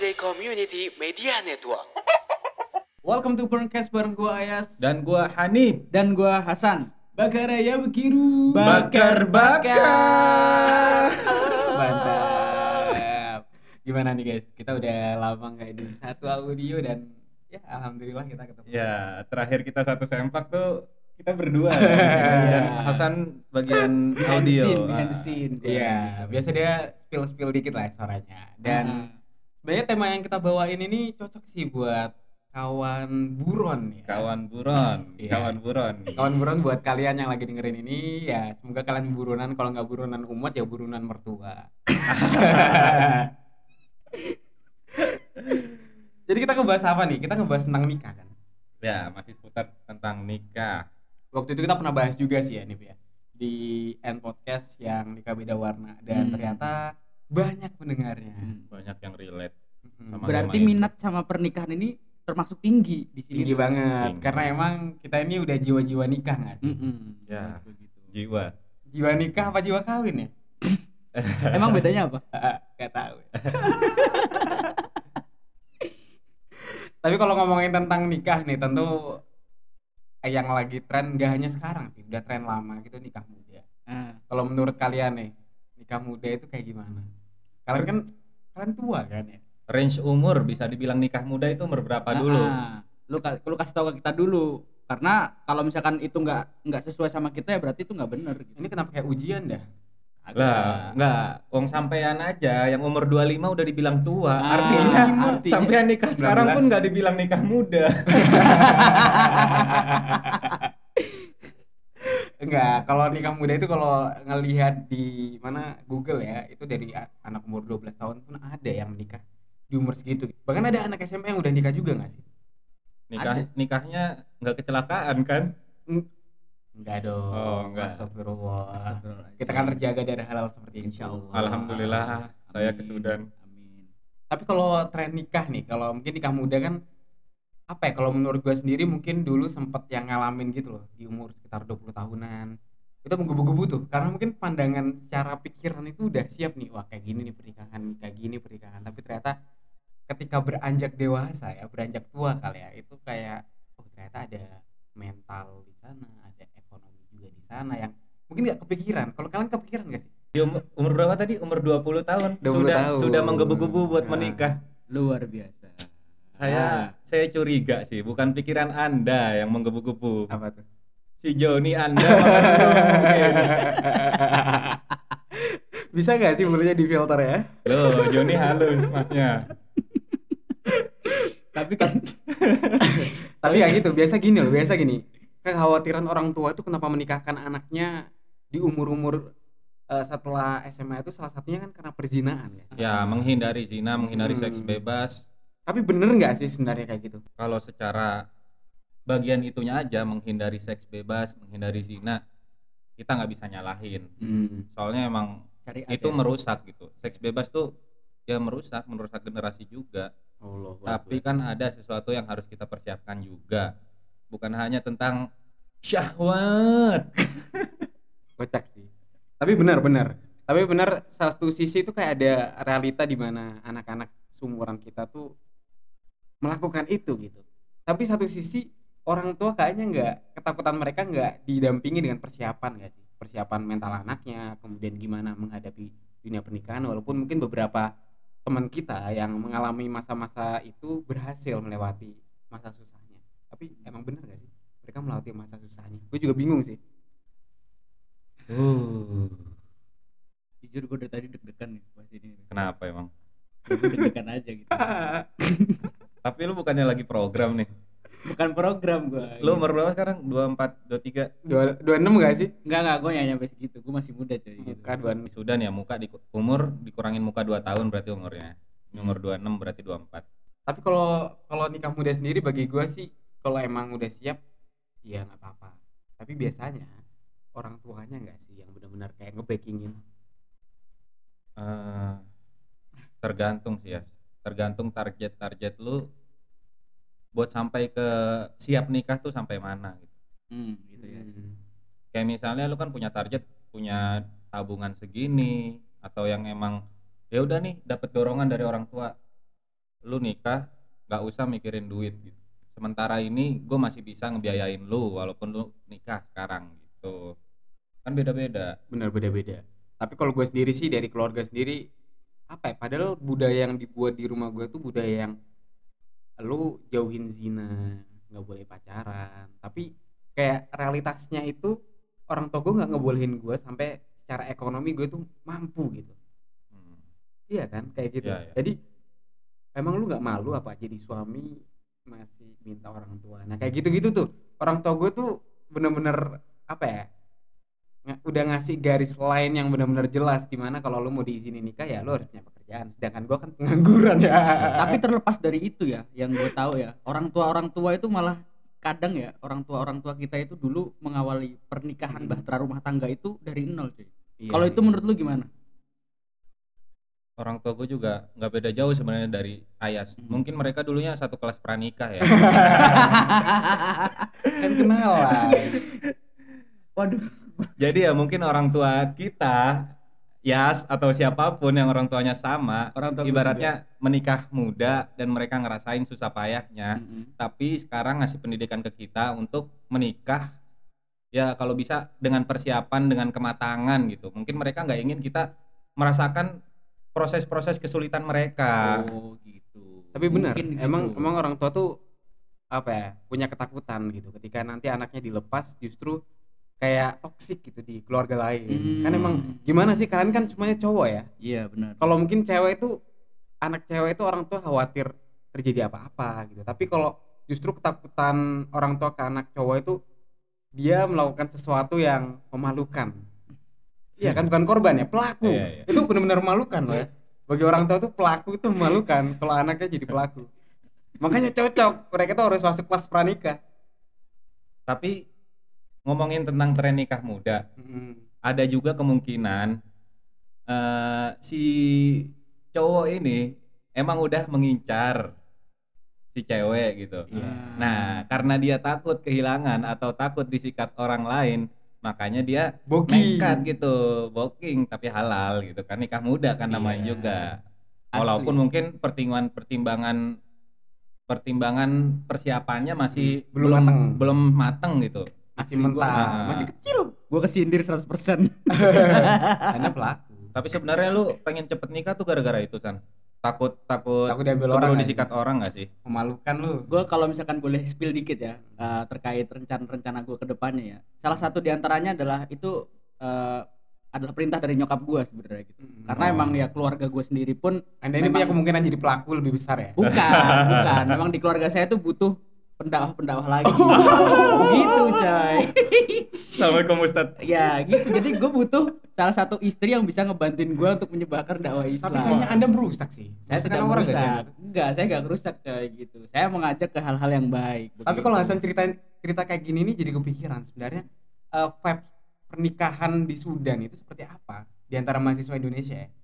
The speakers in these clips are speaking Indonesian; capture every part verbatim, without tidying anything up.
Day Community Media Network. Welcome to Burncast bareng gua Ayas Dan gua Hanif. Dan gua Hasan. Bakaraya Bekiru. Bakar-bakar. Mantap. Gimana nih guys? Kita udah lama nggak di satu audio dan ya alhamdulillah kita ketemu. Ya, terakhir kita satu sempak tuh kita berdua ya, dan Hasan bagian Behind the audio. scene, behind the scene. Iya, biasa dia spill-spill dikit lah suaranya. Dan sebenarnya tema yang kita bawain ini cocok sih buat kawan buron ya. Kawan buron, Iya. kawan buron. Kawan buron buat kalian yang lagi dengerin ini ya semoga kalian buronan, kalau nggak buronan umat ya buronan mertua. Jadi kita ngebahas apa nih? Kita ngebahas tentang nikah kan. Ya, masih seputar tentang nikah. Waktu itu kita pernah bahas juga sih ya Nip ya di End Podcast yang nikah beda warna dan Hmm. ternyata banyak pendengarnya. Banyak yang relate. Mm-mm. Sama Berarti tema itu. minat sama pernikahan ini termasuk tinggi di sini. Tinggi tuh. banget Tinggi. karena emang kita ini udah jiwa-jiwa nikah nggak sih? Mm-mm. Ya. Begitu. Jiwa. Jiwa nikah apa jiwa kawin ya? Emang bedanya apa? Gak tahu. Tapi kalau ngomongin tentang nikah nih, tentu yang lagi tren gak hanya sekarang sih, udah tren lama gitu nikah muda. Ah, Kalau menurut kalian nih, nikah muda itu kayak gimana? Kalian kan kalian tua kan ya? Range umur bisa dibilang nikah muda itu umur berapa dulu? ah, lu ka- lu kasih tahu ke kita dulu. Karena kalau misalkan itu nggak nggak sesuai sama kita ya berarti itu nggak bener. Gitu. Ini kenapa kayak ujian dah? Lah, enggak, wong sampean aja yang umur dua puluh lima udah dibilang tua. Ah, artinya, artinya sampean nikah sembilan sekarang belas. pun enggak dibilang nikah muda. Enggak, kalau nikah muda itu kalau ngelihat di mana Google ya, itu dari a- anak umur dua belas tahun pun ada yang menikah di umur segitu. Bahkan ada anak S M P yang udah nikah juga nggak sih? Nikah Ada. nikahnya enggak kecelakaan kan? Enggak dong. Oh, enggak. Astagfirullah. Astagfirullahaladzim. Kita kan terjaga dari hal-hal seperti itu. Insya Allah. Alhamdulillah saya Amin. kesudan. Amin. Tapi kalau tren nikah nih, kalau mungkin nikah muda kan apa ya? Kalau menurut gue sendiri mungkin dulu sempet yang ngalamin gitu loh di umur sekitar dua puluh tahunan. Itu menggebu-gebu tuh karena mungkin pandangan secara pikiran itu udah siap nih, wah kayak gini nih pernikahan, kayak gini pernikahan. Tapi ternyata ketika beranjak dewasa ya, beranjak tua kali ya, itu kayak oh ternyata ada mental di sana, ada ekonomi juga di sana yang mungkin nggak kepikiran. Kalau kalian kepikiran nggak sih? Di umur, umur berapa tadi? Umur dua puluh tahun. dua puluh sudah tahun. sudah menggebu-gebu buat Nah. menikah. Luar biasa. Saya saya curiga sih, bukan pikiran Anda yang menggebu-gebu. Apa tuh? Si Joni Anda makan belum mungkin. Bisa nggak sih mulutnya di filter ya? Loh, Joni halus masnya. Tapi kan Tapi ya gitu, biasa gini loh, biasa gini. Kekhawatiran orang tua itu kenapa menikahkan anaknya di umur-umur eh, setelah S M A itu salah satunya kan karena perzinahan ya. Ya, menghindari zina, menghindari Hmm. seks bebas. Tapi bener nggak sih sebenarnya kayak gitu? Kalau secara bagian itunya aja, menghindari seks bebas, menghindari zina, kita nggak bisa nyalahin. Soalnya emang syariat itu ya. merusak gitu. Seks bebas tuh ya merusak, merusak generasi juga. Allah. Tapi kan ada sesuatu yang harus kita persiapkan juga. Bukan hanya tentang syahwat. kocak sih. Tapi benar-benar. Tapi benar satu sisi itu kayak ada realita di mana anak-anak seumuran kita tuh melakukan itu gitu. Tapi satu sisi orang tua kayaknya nggak, ketakutan mereka nggak didampingi dengan persiapan nggak sih? Persiapan mental anaknya, kemudian gimana menghadapi dunia pernikahan. Walaupun mungkin beberapa teman kita yang mengalami masa-masa itu berhasil melewati masa susahnya. Tapi emang benar nggak sih mereka melewati masa susahnya? Gue juga bingung sih. Uh, Jujur gue dari tadi deg-degan nih pas ini. kenapa emang? Deg-degan aja gitu. Tapi lu bukannya lagi program nih. Bukan program gue. Lu umur berapa sekarang? dua puluh empat, dua puluh tiga? Dua dua enam nggak sih? Enggak enggak gue nyampe segitu. Gue masih muda coy gitu. Muka dua enam. Sudah ya, muka di umur dikurangin muka dua tahun berarti umurnya. Umur dua puluh enam berarti dua puluh empat. Tapi kalau kalau nikah muda sendiri bagi gue sih kalau emang udah siap ya nggak apa-apa. Tapi biasanya orang tuanya nggak sih yang benar-benar kayak ngebackingin. Eh, tergantung sih ya. Tergantung target-target lu buat sampai ke siap nikah tuh sampai mana gitu. Hmm, gitu ya. Kayak misalnya lu kan punya target, punya tabungan segini, atau yang emang ya udah nih dapat dorongan dari orang tua, lu nikah nggak usah mikirin duit gitu. Sementara ini gue masih bisa ngebiayain lu walaupun lu nikah sekarang gitu. Kan beda-beda. Bener, beda-beda. Tapi kalau gue sendiri sih dari keluarga sendiri apa ya? Padahal budaya yang dibuat di rumah gue tuh budaya yang lu jauhin zina, nggak boleh pacaran. Tapi kayak realitasnya itu orang tua gue nggak ngebolehin gue sampai secara ekonomi gue tuh mampu gitu. Hmm. Iya kan, kayak gitu. Iya, iya. Jadi emang lu nggak malu apa jadi suami masih minta orang tua. Nah kayak gitu-gitu tuh orang tua gue tuh bener-bener apa ya? Nga- udah ngasih garis line yang benar-benar jelas dimana kalau lu mau diizinin nikah ya lu harus punya pekerjaan, sedangkan gua kan pengangguran ya. Tapi terlepas dari itu ya, yang gue tahu ya, orang tua orang tua itu malah kadang ya, orang tua orang tua kita itu dulu mengawali pernikahan Hmm. bahtera rumah tangga itu dari nol cuy. Iya Kalau sih. itu menurut lu gimana? Orang tua gue juga nggak beda jauh sebenarnya dari Ayas. Hmm. Mungkin mereka dulunya satu kelas pranikah ya. kan kenalan. Waduh. Jadi ya mungkin orang tua kita, Yas atau siapapun yang orang tuanya sama, Orang tua gue ibaratnya menikah muda dan mereka ngerasain susah payahnya, Mm-mm. tapi sekarang ngasih pendidikan ke kita untuk menikah ya kalau bisa dengan persiapan, dengan kematangan gitu. Mungkin mereka nggak ingin kita merasakan proses-proses kesulitan mereka. Oh gitu. Tapi benar, Mungkin emang gitu. emang orang tua tuh apa ya, punya ketakutan gitu ketika nanti anaknya dilepas justru kayak toksik gitu di keluarga lain. Hmm. Kan emang gimana sih, kalian kan semuanya cowok ya. Iya benar. Kalau mungkin cewek itu, anak cewek itu orang tua khawatir terjadi apa-apa gitu. Tapi kalau justru ketakutan orang tua ke anak cowok itu dia melakukan sesuatu yang memalukan. Iya kan, bukan korban ya, pelaku. Iya, iya. Itu benar-benar memalukan loh ya. Bagi orang tua tuh pelaku itu memalukan kalau anaknya jadi pelaku. Makanya cocok mereka tuh harus masuk kelas pranikah. Tapi ngomongin tentang tren nikah muda, Mm. ada juga kemungkinan eh, si cowok ini emang udah mengincar si cewek gitu. Iya. Nah, karena dia takut kehilangan atau takut disikat orang lain, makanya dia Booking. nekat gitu, booking tapi halal gitu kan, nikah muda kan namanya Iya. juga. Asli. Walaupun mungkin pertimbangan pertimbangan pertimbangan persiapannya masih Hmm, belum mateng. belum mateng gitu. Masih Asli, gua- mentah, Ah. masih kecil. Gue kesindir seratus persen. Anda pelaku. Tapi sebenarnya lu pengen cepet nikah tuh gara-gara itu San. Takut takut Takut diambil keburu orang nggak disikat sih? orang nggak sih? Memalukan lu. Gue kalau misalkan boleh spill dikit ya eh, terkait rencana-rencana gue ke depannya ya. Salah satu diantaranya adalah itu eh, adalah perintah dari nyokap gue sebenarnya gitu. Mm. Karena Oh. emang ya keluarga gue sendiri pun Anda ini memang- punya kemungkinan jadi pelaku lebih besar ya. bukan, bukan. Memang di keluarga saya tuh butuh pendakwah-pendakwah lagi. Gitu coy. Assalamualaikum Ustadz. Ya gitu. Jadi gue butuh salah satu istri yang bisa ngebantuin gue untuk menyebarkan dakwah Islam. Tapi kayaknya Anda merusak sih. Saya Maksudnya tidak orang nggak merusak. sih? Enggak, saya enggak merusak coy gitu. Saya mengajak ke hal-hal yang baik. Tapi begitu. kalau Hasan ceritain cerita kayak gini nih jadi kepikiran sebenarnya eh, vibe pernikahan di Sudan itu seperti apa di antara mahasiswa Indonesia ya?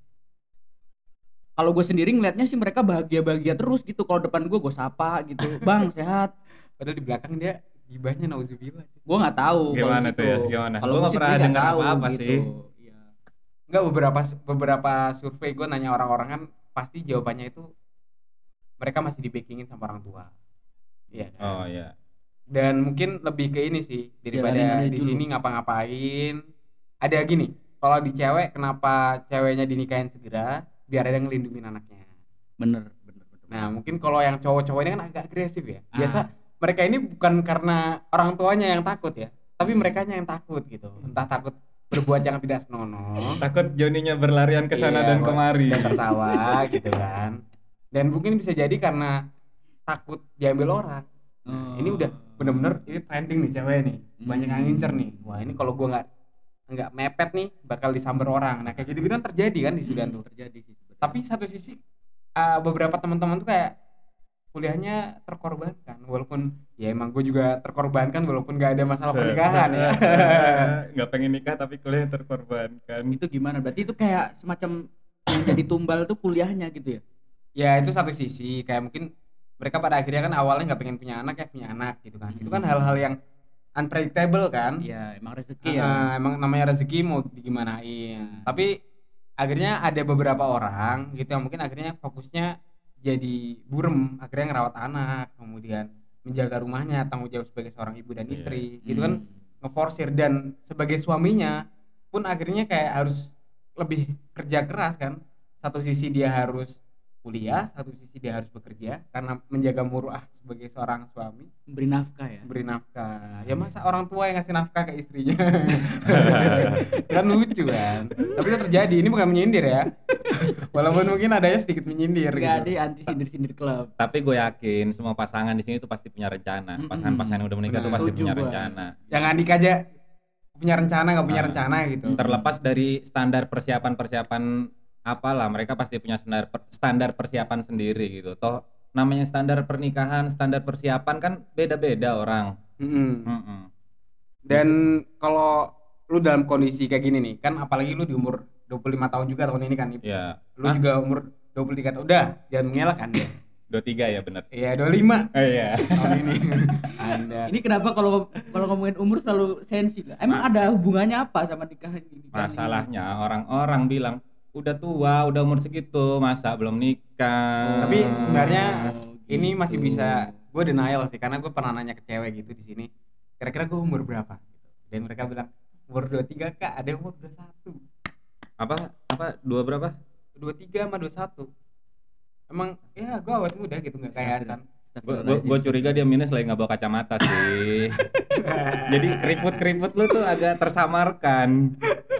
kalau gue sendiri ngelihatnya sih mereka bahagia-bahagia terus gitu. Kalau depan gue gue sapa gitu, bang sehat. Padahal di belakang dia gibahnya nauzubillah. Gue nggak tahu. kalau Gimana situ. tuh ya? Gimana? Kalau Gua nggak sih pernah nggak dengar tahu apa-apa gitu. sih. Iya. Enggak, beberapa beberapa survei gue nanya orang-orang kan pasti jawabannya itu mereka masih di backingin sama orang tua. Iya kan? Oh iya. Dan mungkin lebih ke ini sih daripada Jalanin aja di dulu. sini ngapa-ngapain. Ada gini, kalau di cewek kenapa ceweknya dinikahin segera biar ada yang ngelindungin anaknya. Bener, bener, bener. Nah mungkin kalau yang cowok-cowok ini kan agak agresif ya. Biasa Ah. mereka ini bukan karena orang tuanya yang takut ya, tapi merekanya yang takut gitu. Entah takut berbuat yang tidak senonoh, Takut Joninya berlarian ke sana Iya, dan buat- kemari. dan tertawa gitu kan. Dan mungkin bisa jadi karena takut diambil orang. Nah, Oh. ini udah bener-bener ini trending nih cewek nih, banyak yang Hmm. ngincer nih. Wah ini kalau gua nggak nggak mepet nih bakal disamber orang. Nah kayak gitu-gitu kan terjadi kan di Sudan tuh. terjadi sih sebenarnya. Tapi satu sisi uh, beberapa teman-teman tuh kayak kuliahnya terkorbankan, walaupun ya emang gue juga terkorbankan walaupun gak ada masalah pernikahan ya. Nggak pengen nikah tapi kuliah terkorbankan. itu gimana? Berarti itu kayak semacam yang jadi tumbal tuh kuliahnya gitu ya? Ya itu satu sisi kayak mungkin mereka pada akhirnya kan awalnya nggak pengen punya anak ya punya anak gitu kan. Itu kan Hmm. hal-hal yang unpredictable kan. Iya, emang rezeki ya. Ah, emang namanya rezeki mau digimanain. Hmm. Tapi akhirnya ada beberapa orang gitu yang mungkin akhirnya fokusnya jadi burem, akhirnya ngerawat anak, kemudian menjaga rumahnya, tanggung jawab sebagai seorang ibu dan Iya. istri, gitu kan Hmm. ngeforsir, dan sebagai suaminya pun akhirnya kayak harus lebih kerja keras kan. Satu sisi dia harus kuliah, satu sisi dia harus bekerja karena menjaga muruah sebagai seorang suami, Beri nafkah ya. beri nafkah. Ya masa orang tua yang ngasih nafkah ke istrinya? Kan lucu kan. Tapi itu terjadi, ini bukan menyindir ya. Walaupun mungkin adanya sedikit menyindir Enggak gitu. ada anti sindir-sindir klub. Tapi gue yakin semua pasangan di sini tuh pasti punya rencana. Mm-mm. Pasangan-pasangan yang udah menikah Benar. tuh pasti Setuju punya gua. rencana. Jangan Andika aja punya rencana nggak punya Ah. rencana gitu. Mm. Terlepas dari standar persiapan-persiapan apalah, mereka pasti punya standar per- standar persiapan sendiri gitu. Toh namanya standar pernikahan, standar persiapan kan beda-beda orang. Mm-mm. Mm-mm. Dan kalau lu dalam kondisi kayak gini nih, kan apalagi lu di umur dua puluh lima tahun juga tahun ini kan. Ya, Lu Hah? juga umur dua puluh tiga tahun. Udah, jangan mengelak kan ya. dua puluh tiga ya bener. Iya, dua puluh lima Oh iya. tahun ini. Anda. Ini kenapa kalau kalau ngomongin umur selalu sensi lah. Emang Ma- ada hubungannya apa sama nikahan ini? Masalahnya orang-orang bilang udah tua, udah umur segitu, masa belum nikah. Tapi sebenarnya Oh, ini masih gitu. bisa gue denial sih, karena gue pernah nanya ke cewek gitu di sini, kira-kira gue umur berapa gitu. Dan mereka bilang umur dua puluh tiga kak, ada yang umur dua puluh satu, apa apa dua berapa? dua puluh tiga sama dua puluh satu. Emang ya gue awet muda gitu, nggak kayak Hasan. Gue gue curiga dia minus lagi nggak bawa kacamata sih. Jadi keriput-keriput lu tuh agak tersamarkan.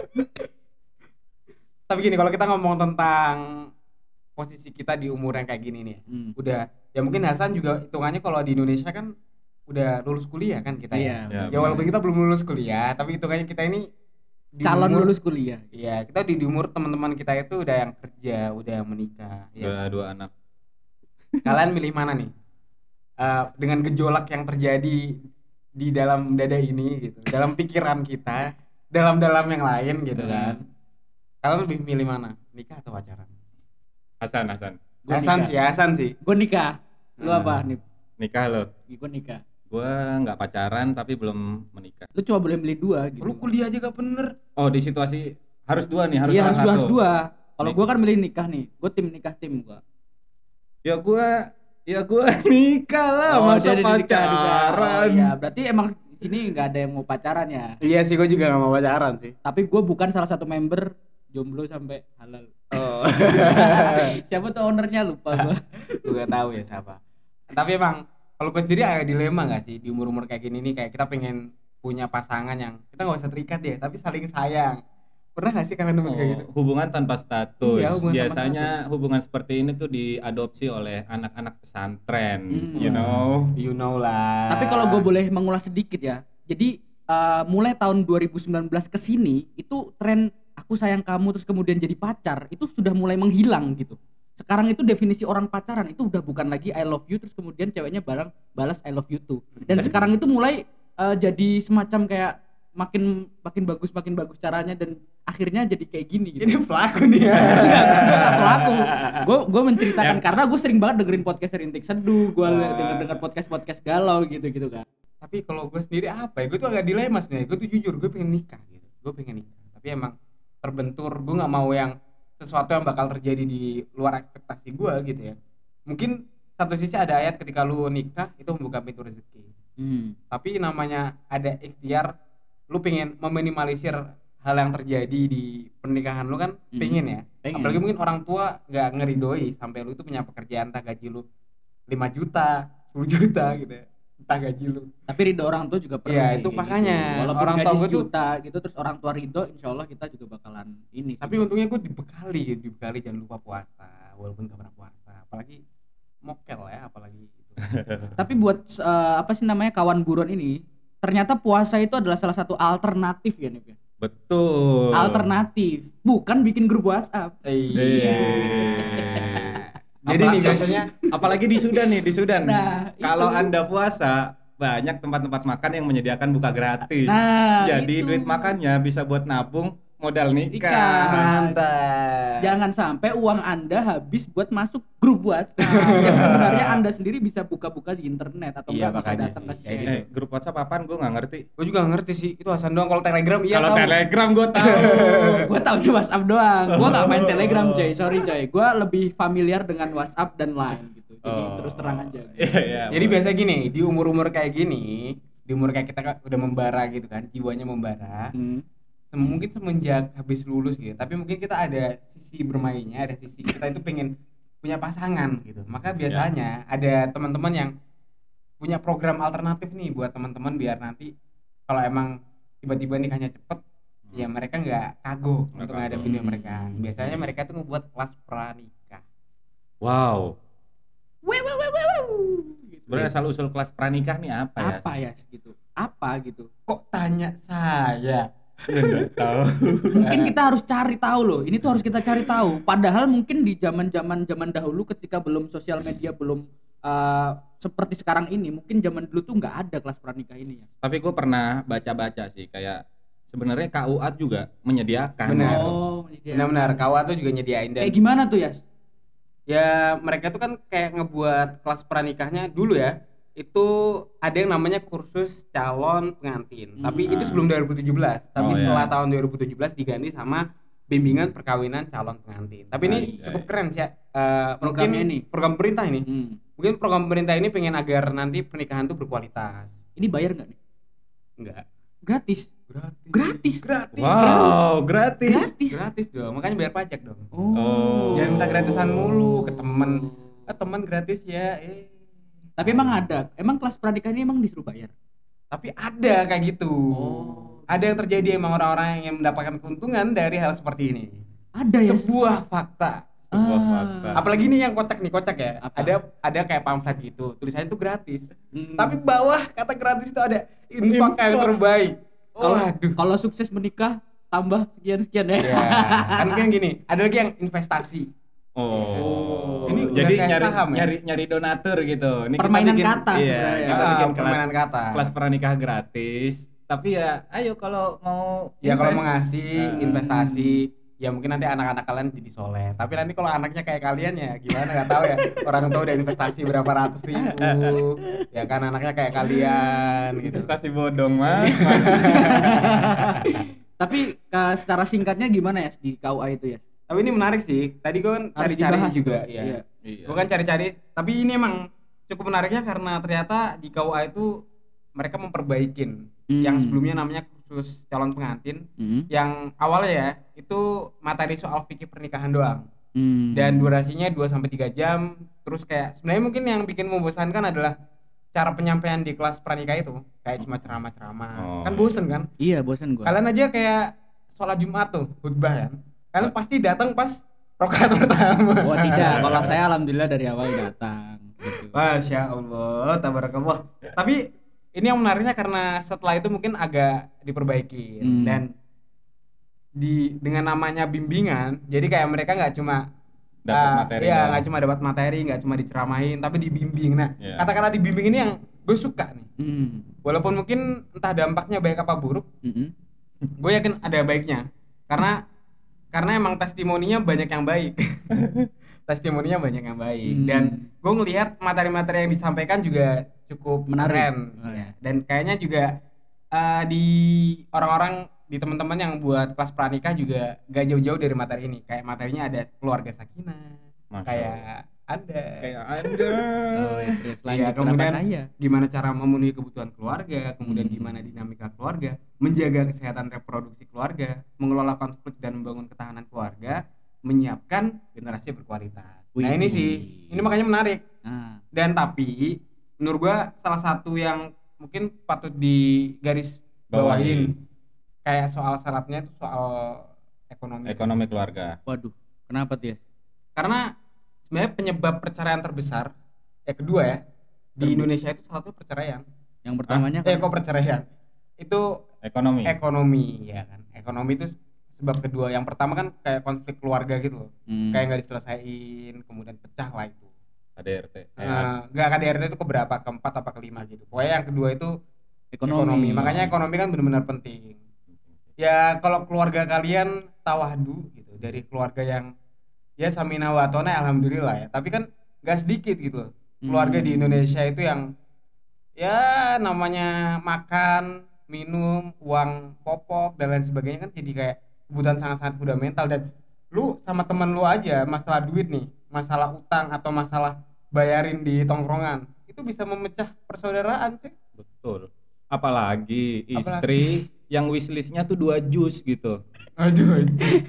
Tapi gini, kalau kita ngomong tentang posisi kita di umur yang kayak gini nih, Hmm. udah ya mungkin Hasan juga hitungannya kalau di Indonesia kan udah lulus kuliah kan kita Iya. ya. Ya, Ya walaupun kita belum lulus kuliah, tapi hitungannya kita ini di calon umur- lulus kuliah. Iya, kita di, di umur teman-teman kita itu udah yang kerja, udah menikah. Dua, Ya. dua anak. Kalian milih mana nih? Eh, dengan gejolak yang terjadi di dalam dada ini gitu, dalam pikiran kita, dalam-dalam yang lain gitu Hmm. kan. Kalian lebih milih mana? Nikah atau pacaran? Hasan, Hasan. Gua Hasan nikah. sih, Hasan sih. Gue nikah. Lu Hmm. apa nih? Nikah lo. Gue nikah. Gua nggak pacaran tapi belum menikah. Lu cuma boleh milih dua gitu. Lu kuliah aja gak bener. Oh, di situasi harus dua nih, harus Iya salah harus dua, harus satu. dua. Kalau Nik- gue kan milih nikah nih. Gue tim nikah tim gue. Ya gua ya gua nikah lah, masa pacaran. Oh, iya, berarti emang sini nggak ada yang mau pacaran ya. Iya sih, gue juga gak mau pacaran sih. Tapi gue bukan salah satu member jomblo sampai halal. Oh. Siapa tuh ownernya lupa gue. Gue gak tahu ya siapa. Tapi emang kalau gue sendiri agak dilema gak sih di umur-umur kayak gini nih, kayak kita pengen punya pasangan yang kita nggak usah terikat deh, tapi saling sayang. Pernah gak sih kalian nemuin kayak gitu? Oh, hubungan tanpa status. Iya, hubungan tanpa Biasanya hubungan seperti ini tuh diadopsi oleh anak-anak pesantren, Hmm. you know. You know lah. Tapi kalau gue boleh mengulas sedikit ya. Jadi eh, mulai tahun dua ribu sembilan belas ke sini itu tren aku sayang kamu terus kemudian jadi pacar itu sudah mulai menghilang gitu. Sekarang itu definisi orang pacaran itu udah bukan lagi I love you terus kemudian ceweknya bareng balas I love you too. Dan sekarang itu mulai eh, jadi semacam kayak makin makin bagus makin bagus caranya dan akhirnya jadi kayak gini gitu. ini pelaku nih ya. Enggak, gue gak pelaku. Gue gue menceritakan Ya. karena gue sering banget dengerin podcast Rintik Seduh, gue Wah. denger denger podcast podcast galau gitu gitu kan. Tapi kalau gue sendiri apa ya? Gue tuh agak dilema sebenarnya. Gue tuh jujur, gue pengen nikah gitu. Gue pengen nikah. Tapi emang terbentur. Gue nggak mau yang sesuatu yang bakal terjadi di luar ekspektasi gue gitu ya. Mungkin satu sisi ada ayat ketika lu nikah itu membuka pintu rezeki. Hmm. Tapi namanya ada ikhtiar, lu pengen meminimalisir hal yang terjadi di pernikahan lu kan, Hmm. pengen ya. Pengen. Apalagi mungkin orang tua nggak ngeridoi sampai lu tuh punya pekerjaan entah gaji lu lima juta, sepuluh juta gitu ya. Entah gaji lu. Tapi ridho orang tua juga perlu Iya, sih, itu kayak makanya. gitu. Walaupun Orang gaji tua gua tuh- sejuta gitu terus orang tua ridho, insya Allah kita juga bakalan ini. sih. Tapi untungnya gue dibekali, dibekali jangan lupa puasa, walaupun gak pernah puasa. Apalagi mokel ya, apalagi itu. Tapi buat eh, apa sih namanya kawan buron ini, ternyata puasa itu adalah salah satu alternatif ya Nip ya. Betul. Alternatif, bukan bikin grup WhatsApp. Iya. Jadi Apa- nih biasanya Apalagi di Sudan nih, di Sudan. Nah, Kalau itu. Anda puasa, banyak tempat-tempat makan yang menyediakan buka gratis. Nah, Jadi itu. duit makannya bisa buat nabung modal nikah. Nikah. Mantap. Jangan sampai uang Anda habis buat masuk grup WhatsApp yang sebenarnya Anda sendiri bisa buka-buka di internet atau Iya, enggak bisa makanya datang sih, ke kayak share. gitu. Eh, grup WhatsApp apaan gue nggak ngerti. Gue juga gak ngerti sih, itu Hasan doang. Kalau Telegram iya Kalau tahu. Telegram gue tahu. Gua tahu di WhatsApp doang. Gua nggak main Telegram, coy. Sorry, coy. Gua lebih familiar dengan WhatsApp dan Line gitu. Jadi Oh. terus terang aja. Iya, iya. Jadi biasa gini, di umur-umur kayak gini, di umur kayak kita kan udah membara gitu kan, jiwanya membara. Hmm. Sem- Mungkin semenjak habis lulus gitu, tapi mungkin kita ada sisi bermainnya, ada sisi kita itu pengen punya pasangan gitu. Maka biasanya ada teman-teman yang punya program alternatif nih buat teman-teman biar nanti kalau emang tiba-tiba nikahnya cepet, ya mereka nggak kagok Nggak untuk kagok. ngadepin dunia mereka. Biasanya mereka tuh ngebuat kelas pranikah. Wow. Wew, wew, wew, wew, wew. Gitu. Sebenarnya asal usul kelas pranikah nih apa ya? Apa ya gitu? Apa gitu? Kok tanya saya? Enggak tahu. Mungkin kita harus cari tahu loh. Ini tuh harus kita cari tahu. Padahal mungkin di zaman-zaman zaman dahulu ketika belum sosial media belum uh, seperti sekarang ini, mungkin zaman dulu tuh nggak ada kelas pranikah ini ya. Tapi gue pernah baca-baca sih kayak sebenarnya K U A juga menyediakan. Benar. Oh, iya. Benar-benar K U A tuh juga nyediain dan Kayak gimana tuh ya? ya mereka tuh kan kayak ngebuat kelas pranikahnya dulu ya. Itu ada yang namanya kursus calon pengantin. Hmm. Tapi itu sebelum dua ribu tujuh belas. Tapi Oh, setelah iya. tahun dua ribu tujuh belas diganti sama bimbingan perkawinan calon pengantin. Tapi ini Anjay. cukup keren sih ya. Eh, mungkin Programnya ini. program pemerintah ini. Hmm. Mungkin program pemerintah ini pengen agar nanti pernikahan tuh berkualitas. Ini bayar nggak nih? Enggak. Gratis. Gratis. Gratis. Gratis. Wow, gratis. Gratis. Gratis dong. Makanya bayar pajak dong. Oh. Jangan minta gratisan mulu ke temen. Ah, teman gratis ya. Eh. Tapi emang ada, emang kelas pranikah ini emang disuruh bayar. Tapi ada kayak gitu. Oh. Ada yang terjadi emang orang-orang yang mendapatkan keuntungan dari hal seperti ini. Ada ya. Sebuah fakta. Sebuah Ah. fakta. Apalagi ini yang kocak nih, kocak ya. Apa? Ada ada kayak pamflet gitu. Tulisannya itu gratis. Hmm. Tapi bawah kata gratis itu ada infak yang terbaik. kalau Waduh. kalau sukses menikah tambah sekian sekian ya. Ya, kan kan gini, ada lagi yang investasi. Oh. Ini udah Jadi kayak nyari, saham ya? nyari nyari donatur gitu. Ini kita Permainan bikin- kata iya, sebenarnya. kita Ah, bikin kelas permainan kata. kelas pranikah gratis. Tapi ya ayo kalau mau Ya kalau invest. mau ngasih Nah. investasi, ya mungkin nanti anak-anak kalian jadi soleh. Tapi nanti kalau anaknya kayak kalian ya gimana nggak tahu ya. Orang tua udah investasi berapa ratus ribu, ya kan anaknya kayak kalian gitu. investasi bodong mas. Mas. Tapi ka- secara singkatnya gimana ya di K U A itu ya? Tapi ini menarik sih. Tadi gue kan Harus cari-cari dibahas juga, tuh. ya. Iya. Iya. Gue kan cari-cari. Tapi ini emang cukup menariknya karena ternyata di K U A itu mereka memperbaikin Hmm. yang sebelumnya namanya kursus calon pengantin. Hmm. Yang awalnya ya itu materi soal fikih pernikahan doang. Hmm. Dan durasinya dua sampai tiga jam. Terus kayak sebenarnya mungkin yang bikin membosankan adalah cara penyampaian di kelas pranikah itu kayak cuma ceramah-ceramah. Oh, Kan iya. bosen kan? Iya, bosan gua. Kalian aja kayak sholat Jumat tuh, khutbah kan. Kalian pasti datang pas rakaat pertama. Oh tidak, kalau saya alhamdulillah dari awal datang gitu. Masya Allah, tabarakallah. Tapi ini yang menariknya karena setelah itu mungkin agak diperbaiki Hmm. dan di dengan namanya bimbingan, jadi kayak mereka nggak cuma Dapat ah, materi iya doang. nggak cuma dapat materi, nggak cuma diceramahin, tapi dibimbing. Nah, Iya. kata-kata dibimbing ini yang gue suka nih. Hmm. Walaupun mungkin entah dampaknya baik apa buruk, Mm-mm. gue yakin ada baiknya. Karena karena emang testimoninya banyak yang baik. Testimoninya banyak yang baik Hmm. dan gue ngelihat materi-materi yang disampaikan juga cukup Menarik. keren. Oh, Ya. ya. Dan kayaknya juga eh, di orang-orang di teman-teman yang buat kelas pranikah juga gak jauh-jauh dari materi ini. Kayak materinya ada keluarga sakinah, Masya kayak Allah. Anda, Kayak anda. Oh, ya, terus lanjut Iya, kenapa kemudian- saya? gimana cara memenuhi kebutuhan keluarga, kemudian Hmm. gimana dinamika keluarga, menjaga kesehatan reproduksi keluarga, mengelola konflik dan membangun ketahanan keluarga, menyiapkan generasi berkualitas. Wih. Nah ini sih, ini makanya menarik. Nah, Dan tapi menurut gua salah satu yang mungkin patut digaris bawahin kayak soal syaratnya itu soal ekonomi. Ekonomi keluarga. waduh, kenapa tuh ya? Karena sebenarnya penyebab perceraian terbesar, ya kedua ya di Terbe- Indonesia itu salah satu perceraian. Yang pertamanya Eh kan- kok perceraian? Itu Ekonomi. ekonomi ya kan. Ekonomi itu sebab kedua. Yang pertama kan kayak konflik keluarga gitu loh. Hmm. Kayak nggak diselesaiin, kemudian pecah lah itu. K D R T. Eh, Eh, nggak K D R T itu keberapa? Keempat apa kelima gitu. Pokoknya yang kedua itu ekonomi. ekonomi. Makanya ekonomi kan benar-benar penting. ya kalau keluarga kalian tawadu gitu dari keluarga yang ya samina wa ta'ona alhamdulillah ya, tapi kan gak sedikit gitu loh keluarga di Hmm. Indonesia itu yang ya namanya makan, minum, uang popok dan lain sebagainya kan jadi kayak kebutuhan sangat-sangat fundamental. Dan lu sama temen lu aja masalah duit nih, masalah utang atau masalah bayarin di tongkrongan itu bisa memecah persaudaraan cuy. Betul. Apalagi Apalagi. istri yang wishlistnya tuh dua jus gitu. Aduh anjir.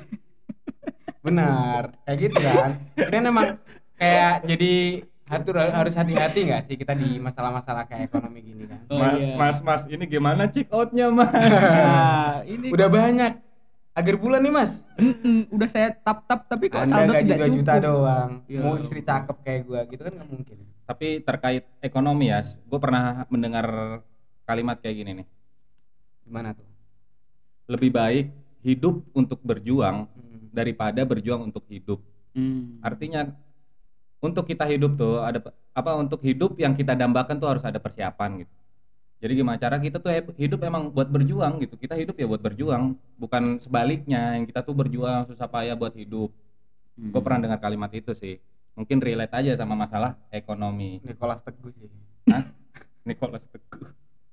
Benar kayak gitu kan. Ini memang kayak jadi hatur harus hati-hati nggak sih kita di masalah-masalah kayak ekonomi gini kan. Oh, Ma- iya. Mas, mas, ini gimana check outnya mas? Nah, ini Udah banyak akhir bulan nih mas. Mm-mm, udah saya tap-tap tapi kok Anda saldo gaji tidak dua cukup. juta doang, Ya mau Allah. istri cakep kayak gua gitu kan nggak mungkin. Tapi terkait ekonomi ya, gue pernah mendengar kalimat kayak gini nih. Gimana tuh? Lebih baik hidup untuk berjuang Hmm. daripada berjuang untuk hidup. Hmm. Artinya untuk kita hidup tuh ada pe- apa untuk hidup yang kita dambakan tuh harus ada persiapan gitu. Jadi gimana cara kita tuh he- hidup emang buat berjuang gitu. Kita hidup ya buat berjuang, bukan sebaliknya yang kita tuh berjuang susah payah buat hidup. Hmm. Gue pernah dengar kalimat itu sih. Mungkin relate aja sama masalah ekonomi. Nicholas Teguh sih. Hah? Nicholas Teguh.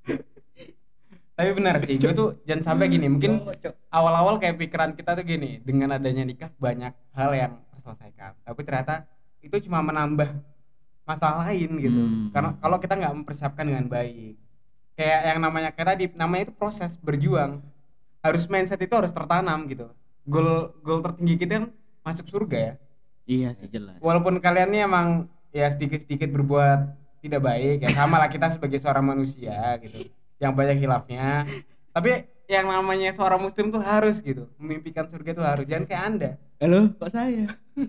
Tapi benar sih, gue tuh jangan sampai gini. Mungkin awal-awal kayak pikiran kita tuh gini, dengan adanya nikah banyak hal yang terselesaikan. Tapi ternyata itu cuma menambah masalah lain gitu. Hmm. Karena kalau kita nggak mempersiapkan dengan baik, kayak yang namanya kayak tadi, namanya itu proses berjuang. Harus mindset itu harus tertanam gitu. Goal goal tertinggi kita kan masuk surga ya. Iya sih jelas. Walaupun kalian ini emang ya sedikit-sedikit berbuat tidak baik ya, sama lah kita sebagai seorang manusia gitu yang banyak hilafnya, tapi yang namanya seorang muslim tuh harus gitu memimpikan surga tuh harus, jangan kayak anda. Halo, kok saya?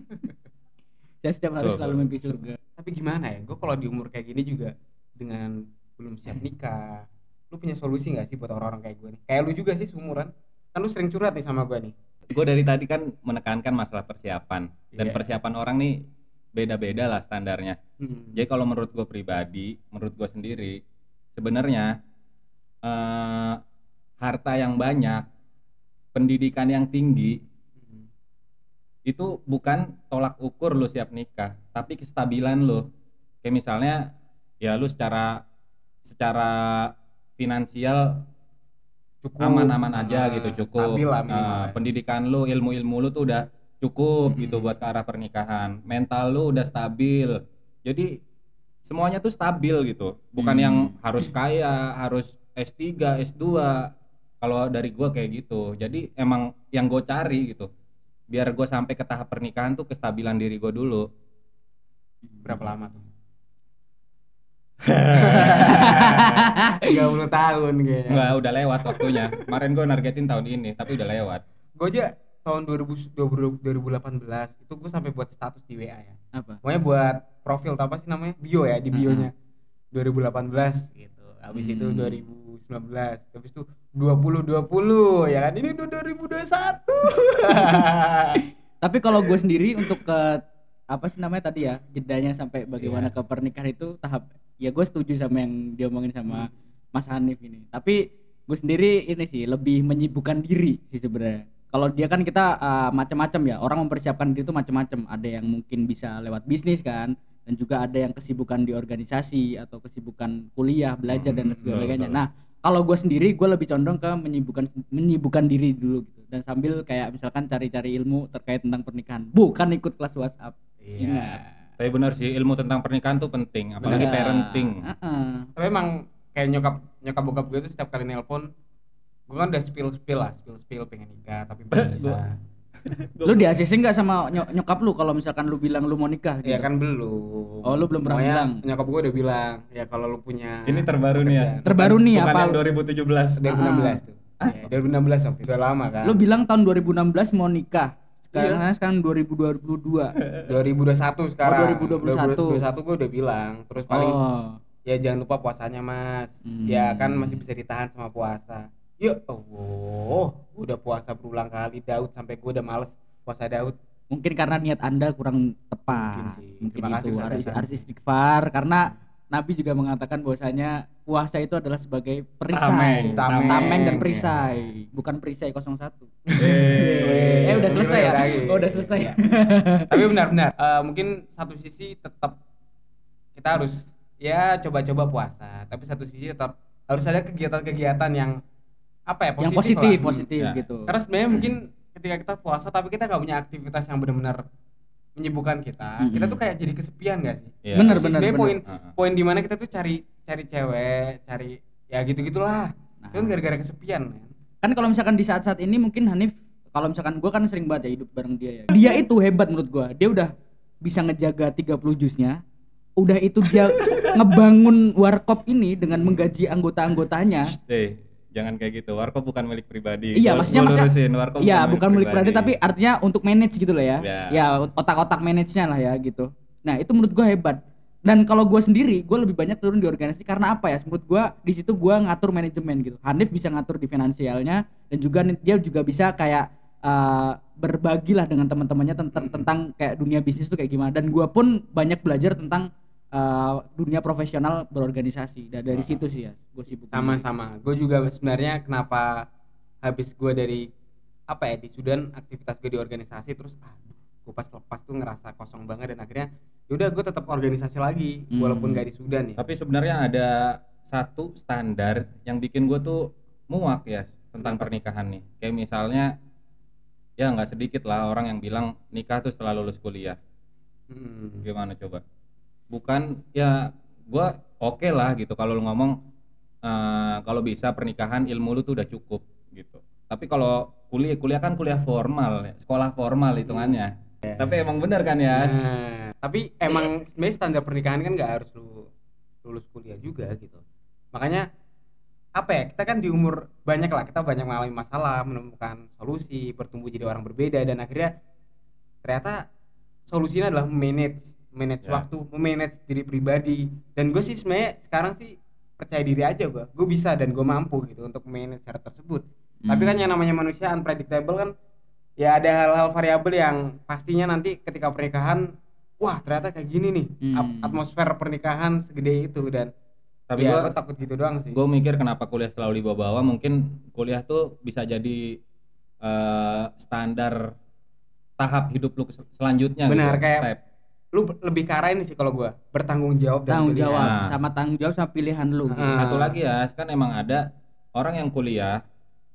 Saya setiap hari Betul, selalu betul. mimpi surga. Tapi gimana ya, gue kalau di umur kayak gini juga dengan belum siap nikah, lu punya solusi nggak sih buat orang-orang kayak gue nih, kayak lu juga sih seumuran kan, lu sering curhat nih sama gue nih. Gue dari tadi kan menekankan masalah persiapan dan Iya. persiapan orang nih beda-beda lah standarnya. Hmm. Jadi kalau menurut gue pribadi, menurut gue sendiri, sebenarnya eh, harta yang banyak, pendidikan yang tinggi Hmm. itu bukan tolak ukur lo siap nikah, tapi kestabilan lo. Kayak misalnya ya lu secara secara finansial Cukup aman-aman aja ah, gitu, cukup. stabil lah Nah, minimal ya. pendidikan lu, ilmu-ilmu lu tuh udah cukup gitu Mm-mm. buat ke arah pernikahan. Mental lu udah stabil. Jadi semuanya tuh stabil gitu. Bukan Hmm. yang harus kaya, harus S tiga, S dua. Kalau dari gua kayak gitu. Jadi emang yang gue cari gitu. Biar gue sampai ke tahap pernikahan tuh kestabilan diri gue dulu. Berapa lama tuh? tiga puluh tahun kayaknya. Enggak, udah lewat waktunya. Kemarin gue nargetin tahun ini, tapi udah lewat. Gue aja tahun dua ribu dua ribu delapan belas itu gue sampai buat status di W A ya. Apa? Pokoknya buat profil apa sih namanya? Bio ya, di bionya. dua ribu delapan belas gitu. Habis itu Hmm. dua ribu sembilan belas, habis itu dua ribu dua puluh ya kan. Ini udah dua ribu dua puluh satu. Tapi kalau gue sendiri untuk ke apa sih namanya tadi ya, jedanya sampai bagaimana Iya. ke pernikahan itu tahap, ya gue setuju sama yang diomongin sama Mas Hanif ini. Tapi gue sendiri ini sih lebih menyibukkan diri sih sebenarnya. Kalau dia kan kita uh, macam-macam ya, orang mempersiapkan diri itu macam-macam. Ada yang mungkin bisa lewat bisnis kan, dan juga ada yang kesibukan di organisasi atau kesibukan kuliah, belajar dan Hmm, sebagainya. betul. Nah, kalau gue sendiri gue lebih condong ke menyibukkan menyibukkan diri dulu gitu, dan sambil kayak misalkan cari-cari ilmu terkait tentang pernikahan, bukan ikut kelas WhatsApp. Ingat. Tapi benar sih, ilmu tentang pernikahan tuh penting, apalagi Benar. parenting. Heeh. Tapi emang kayak nyokap nyokap bokap gue tuh setiap kali nelpon gue kan udah spill spill lah, spill spill pengen nikah tapi belum bisa. Lu di A C C nggak sama ny- nyokap lu kalau misalkan lu bilang lu mau nikah gitu? Ya kan belum. Oh, lu belum pernah Pokoknya bilang. Nyokap gue udah bilang, ya kalau lu punya Ini terbaru nih ya. pekerjaan- Terbaru nih Bukan apa? yang dua ribu tujuh belas. dua ribu enam belas tuh. Ya, dua ribu enam belas waktu itu udah lama kan. Lu bilang tahun dua ribu enam belas mau nikah. Sekarang Iya. sekarang dua ribu dua puluh dua. dua ribu dua puluh satu sekarang. dua ribu dua puluh satu. dua ribu dua puluh satu gue udah bilang. Terus paling Oh. ya jangan lupa puasanya mas. Hmm. Ya kan masih bisa ditahan sama puasa. Ya Allah, gue udah puasa berulang kali Daud sampai gue udah males puasa Daud. Mungkin karena niat Anda kurang tepat. Mungkin sih. Mungkin Terima kasih, itu Ustaz harus Hasan. harus istighfar karena Nabi juga mengatakan bahwasanya puasa itu adalah sebagai Tameng, perisai, tameng, tameng dan ya. perisai, bukan perisai nol satu. Eh, Eh udah selesai ya? Lagi. Oh, udah selesai. Ya. Tapi benar-benar eh, mungkin satu sisi tetap kita harus ya coba-coba puasa, tapi satu sisi tetap harus ada kegiatan-kegiatan yang apa ya positif, Yang positif, lah. positif Ya. gitu. Karena sebenarnya mungkin ketika kita puasa tapi kita nggak punya aktivitas yang benar-benar menyibukkan kita, Mm-mm. kita tuh kayak jadi kesepian gak sih? Iya. Bener, Terus bener, sebenarnya bener. poin Heeh. poin di mana kita tuh cari cari cewek, cari ya gitu-gitulah. Nah. Itu kan gara-gara kesepian, men. Kan kalau misalkan di saat-saat ini mungkin Hanif, kalau misalkan gue kan sering banget ya hidup bareng dia ya. Dia itu hebat menurut gue. Dia udah bisa ngejaga tiga puluh jusnya. Udah itu dia ngebangun warkop ini dengan menggaji anggota-anggotanya. Eh, jangan kayak gitu. Warkop bukan milik pribadi. Iya, Gua- maksudnya gua maksudnya lurusin, Warkop Iya, bukan milik pribadi tapi artinya untuk manage gitu loh ya. Ya. Ya, otak-otak manage-nya lah ya gitu. Nah, itu menurut gue hebat. Dan kalau gue sendiri, gue lebih banyak turun di organisasi karena apa ya? Menurut gue di situ gue ngatur manajemen gitu. Hanif bisa ngatur di finansialnya dan juga nih, dia juga bisa kayak uh, berbagi lah dengan teman-temannya tentang tentang kayak dunia bisnis itu kayak gimana. Dan gue pun banyak belajar tentang uh, dunia profesional berorganisasi. Dan dari situ sih ya, gue sibuk. Sama-sama. Gue juga sebenarnya kenapa habis gue dari apa ya di Sudan aktivitas gue di organisasi terus ah gue pas lepas tuh ngerasa kosong banget dan akhirnya yaudah gue tetap organisasi lagi Hmm. walaupun gak di Sudan ya. Tapi sebenarnya ada satu standar yang bikin gue tuh muak ya tentang pernikahan nih. Kayak misalnya ya nggak sedikit lah orang yang bilang nikah tuh setelah lulus kuliah. Hmm. Gimana coba? Bukan ya gue oke lah gitu kalau lu ngomong eh, kalau bisa pernikahan ilmu lu tuh udah cukup gitu. Tapi kalau kuliah kuliah kan kuliah formal, ya, sekolah formal hitungannya. Tapi emang bener kan ya? Nah, tapi emang sebenarnya standar pernikahan kan nggak harus lu lulus kuliah juga gitu. Makanya apa ya kita kan di umur banyak lah kita banyak mengalami masalah menemukan solusi bertumbuh jadi orang berbeda dan akhirnya ternyata solusinya adalah manage manage Ya. waktu memanage diri pribadi dan gue sih sebenarnya sekarang sih percaya diri aja gue gue bisa dan gue mampu gitu untuk manage hal tersebut. Tapi kan yang namanya manusia unpredictable kan ya ada hal-hal variabel yang pastinya nanti ketika pernikahan wah ternyata kayak gini nih Hmm. ap- atmosfer pernikahan segede itu dan Tapi ya gua gue takut gitu doang sih. gue mikir kenapa kuliah selalu dibawa-bawa, mungkin kuliah tuh bisa jadi eh, standar tahap hidup lu kes- selanjutnya. Benar, gitu, kayak step. Lu lebih ke arah ini sih kalau gue bertanggung jawab dan tanggung pilihan. jawab Nah. sama tanggung jawab sama pilihan lu. gitu. Ah. Satu lagi ya, kan emang ada orang yang kuliah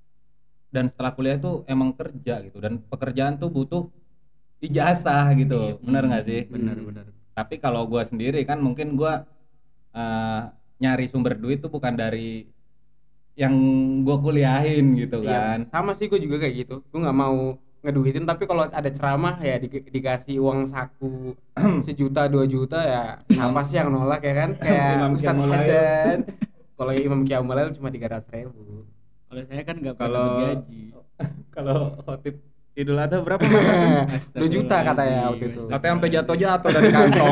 dan setelah kuliah itu emang kerja gitu, dan pekerjaan tuh butuh ijazah gitu, bener nggak sih? Benar, benar. Tapi kalau gua sendiri kan mungkin gua eh, nyari sumber duit tuh bukan dari yang gua kuliahin gitu kan. Iya, sama sih gue juga kayak gitu. Gue nggak mau ngeduitin tapi kalau ada ceramah ya di- dikasih uang saku sejuta dua juta ya apa sih yang nolak ya kan kayak Imam Ustadz Qiyamul Lail. Hasan. Kalau Imam Qiyamul Lail cuma tiga ratus ribu. Kalau saya kan nggak pernah Kalau dapat gaji. kalau khotib Idul Adha berapa Mas Hasan? dua juta katanya waktu itu. Katanya sampai jatuh-jatuh dari kantong.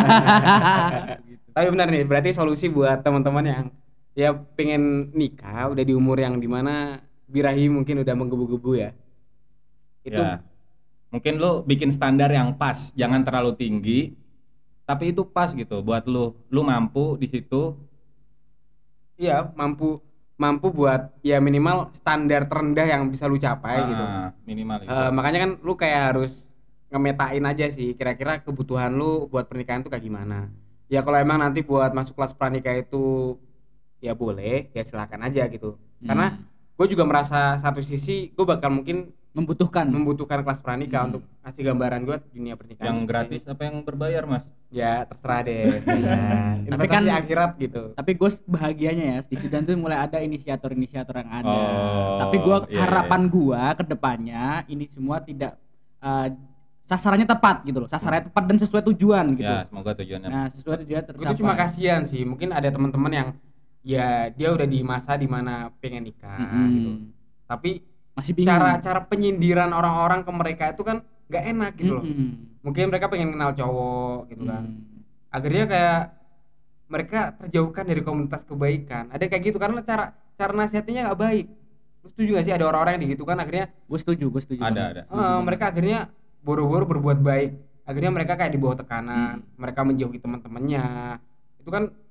Tapi benar nih, berarti solusi buat teman-teman yang ya pengen nikah udah di umur yang dimana birahi mungkin udah menggebu-gebu ya. Itu Ya. Mungkin lu bikin standar yang pas, jangan terlalu tinggi, tapi itu pas gitu buat lu. Lu mampu di situ. iya mampu mampu buat ya minimal standar terendah yang bisa lu capai gitu. ah, minimal itu. Eh, makanya kan lu kayak harus ngemetain aja sih kira-kira kebutuhan lu buat pernikahan tuh kayak gimana. Ya kalau emang nanti buat masuk kelas pranikah itu ya boleh, ya silakan aja gitu. Karena Hmm. gue juga merasa satu sisi gue bakal mungkin membutuhkan. membutuhkan kelas pranikah Hmm. untuk ngasih gambaran gue dunia pernikahan. Yang seperti gratis itu. apa yang berbayar, Mas? Ya terserah deh. Ya. Tapi Investasi kan- akhirat gitu. Tapi gue bahagianya ya di Sudan tuh mulai ada inisiator-inisiator yang ada. Oh, Tapi gue iya, harapan gue ke depannya ini semua tidak uh, sasarannya tepat gitu loh. Sasarannya tepat dan sesuai tujuan gitu. Ya, semoga tujuannya. Nah, sesuai tujuan Gue tercapai. tuh cuma kasihan sih. Mungkin ada teman-teman yang ya dia udah di masa dimana pengen nikah Mm-mm. gitu. Tapi Masih bingung. cara cara penyindiran orang-orang ke mereka itu kan nggak enak gitu loh. Mm-mm. Mungkin mereka pengen kenal cowok gitu kan. Mm. Akhirnya kayak mereka terjauhkan dari komunitas kebaikan. Ada kayak gitu karena cara cara nasihatnya nggak baik. Lu setuju gak sih ada orang-orang yang digitukan akhirnya Gue setuju, gue setuju. Ada, banget. ada. eh, mereka akhirnya boro-boro berbuat baik. Akhirnya mereka kayak di bawah tekanan, mereka menjauhi teman-temannya. Itu kan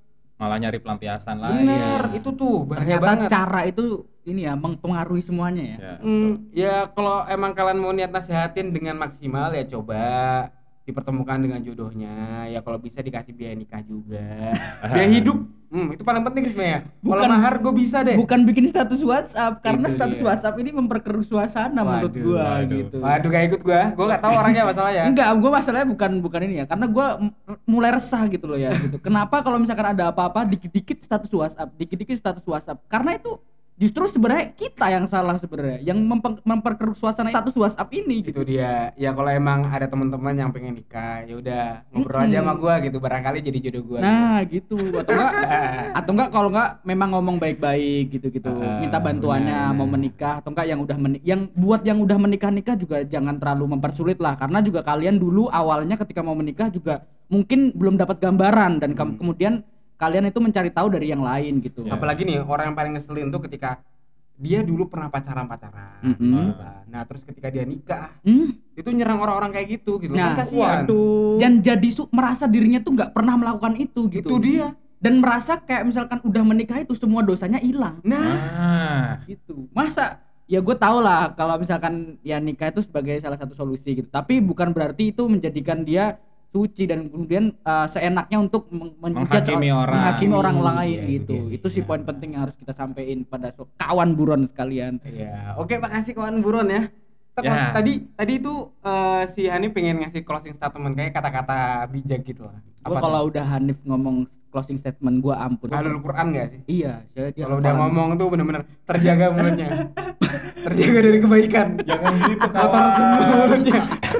malah nyari pelampiasan lain. Bener, itu tuh bahaya Ternyata banget. cara itu ini ya mempengaruhi semuanya ya. Ya, Hmm, ya kalau emang kalian mau niat nasihatin dengan maksimal ya coba dipertemukan dengan jodohnya. Ya kalau bisa dikasih biaya nikah juga. Biaya hidup. Hmm, itu paling penting sebenarnya. Kalau Bukan- mahar gue bisa deh. Bukan bikin status WhatsApp karena Itu status dia. WhatsApp ini memperkeruh suasana menurut Waduh, gua waduh. gitu. Waduh, gak ikut gua. Gua gak tahu orangnya masalah ya. Enggak, gua masalahnya bukan bukan ini ya, karena gua m- mulai resah gitu loh ya gitu. Kenapa kalau misalkan ada apa-apa dikit-dikit status WhatsApp, dikit-dikit status WhatsApp? Karena itu justru sebenarnya kita yang salah sebenarnya, yang memper- memperkeruh suasana status WhatsApp ini Itu gitu. dia. Ya kalau emang ada teman-teman yang pengen nikah, ya udah ngobrol aja Mm-mm. sama gua gitu, barangkali jadi jodoh gua. Nah, gitu. Atau enggak atau enggak kalau enggak memang ngomong baik-baik gitu-gitu. Ah, Minta bantuannya benar, mau benar. menikah atau enggak yang udah menik yang buat yang udah menikah-nikah juga jangan terlalu mempersulit lah karena juga kalian dulu awalnya ketika mau menikah juga mungkin belum dapat gambaran dan ke- Hmm. kemudian kalian itu mencari tahu dari yang lain gitu. Ya. Apalagi nih orang yang paling ngeselin tuh ketika dia dulu pernah pacaran-pacaran Mm-mm. gitu kan. Nah, terus ketika dia nikah, Hmm? itu nyerang orang-orang kayak gitu gitu. Nah, Kan kasihan. Waduh. Dan jadi su- merasa dirinya tuh nggak pernah melakukan itu gitu. Itu dia. Dan merasa kayak misalkan udah menikah itu semua dosanya hilang. Nah, Nah, Gitu. Masa ya gue tau lah kalau misalkan ya nikah itu sebagai salah satu solusi gitu. Tapi bukan berarti itu menjadikan dia suci dan kemudian uh, seenaknya untuk meng- menjudge Menghakimi or- orang. menghakimi orang Iya, lain itu gitu. dia sih. Itu sih poin penting yang harus kita sampaikan pada so- kawan buron sekalian. iya. Oke, makasih kawan buron ya. Tapi Ya. tadi tadi itu eh, si Hani pengen ngasih closing statement kayak kata-kata bijak gitu lah. Gue Apa kalau tuh? udah Hanif ngomong closing statement gue ampun. Alul Quran gak sih? Iya, jadi dia Kalau udah hafalan. ngomong tuh bener-bener terjaga mulutnya. Terjaga dari kebaikan. jangan gitu Kotor semua mulutnya.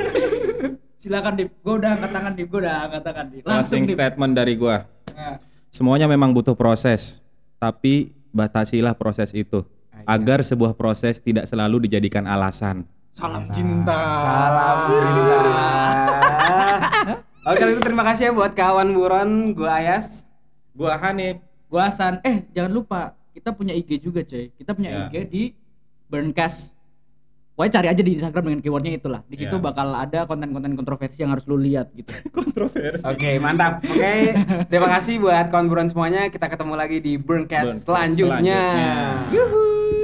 Silakan Dip, gue udah angkat tangan Dip, gue udah angkat tangan Dip. Langsung Closing Dip. statement dari gua. Nah, Semuanya memang butuh proses, tapi batasilah proses itu agar sebuah proses tidak selalu dijadikan alasan. Salam cinta. Salam cinta. Oke, kalau itu terima kasih ya buat kawan buron. Gua Ayas. Gua Hanif. Gua Hasan. Eh, jangan lupa kita punya I G juga, coy. Kita punya Ya. I G di Burncast. Pokoknya cari aja di Instagram dengan keywordnya itulah. Di situ Ya. bakal ada konten-konten kontroversi yang harus lu lihat gitu. Kontroversi. Oke, mantap. Oke, terima kasih buat kawan buron semuanya. Kita ketemu lagi di Burncast Burncast selanjutnya. selanjutnya. Yuhu.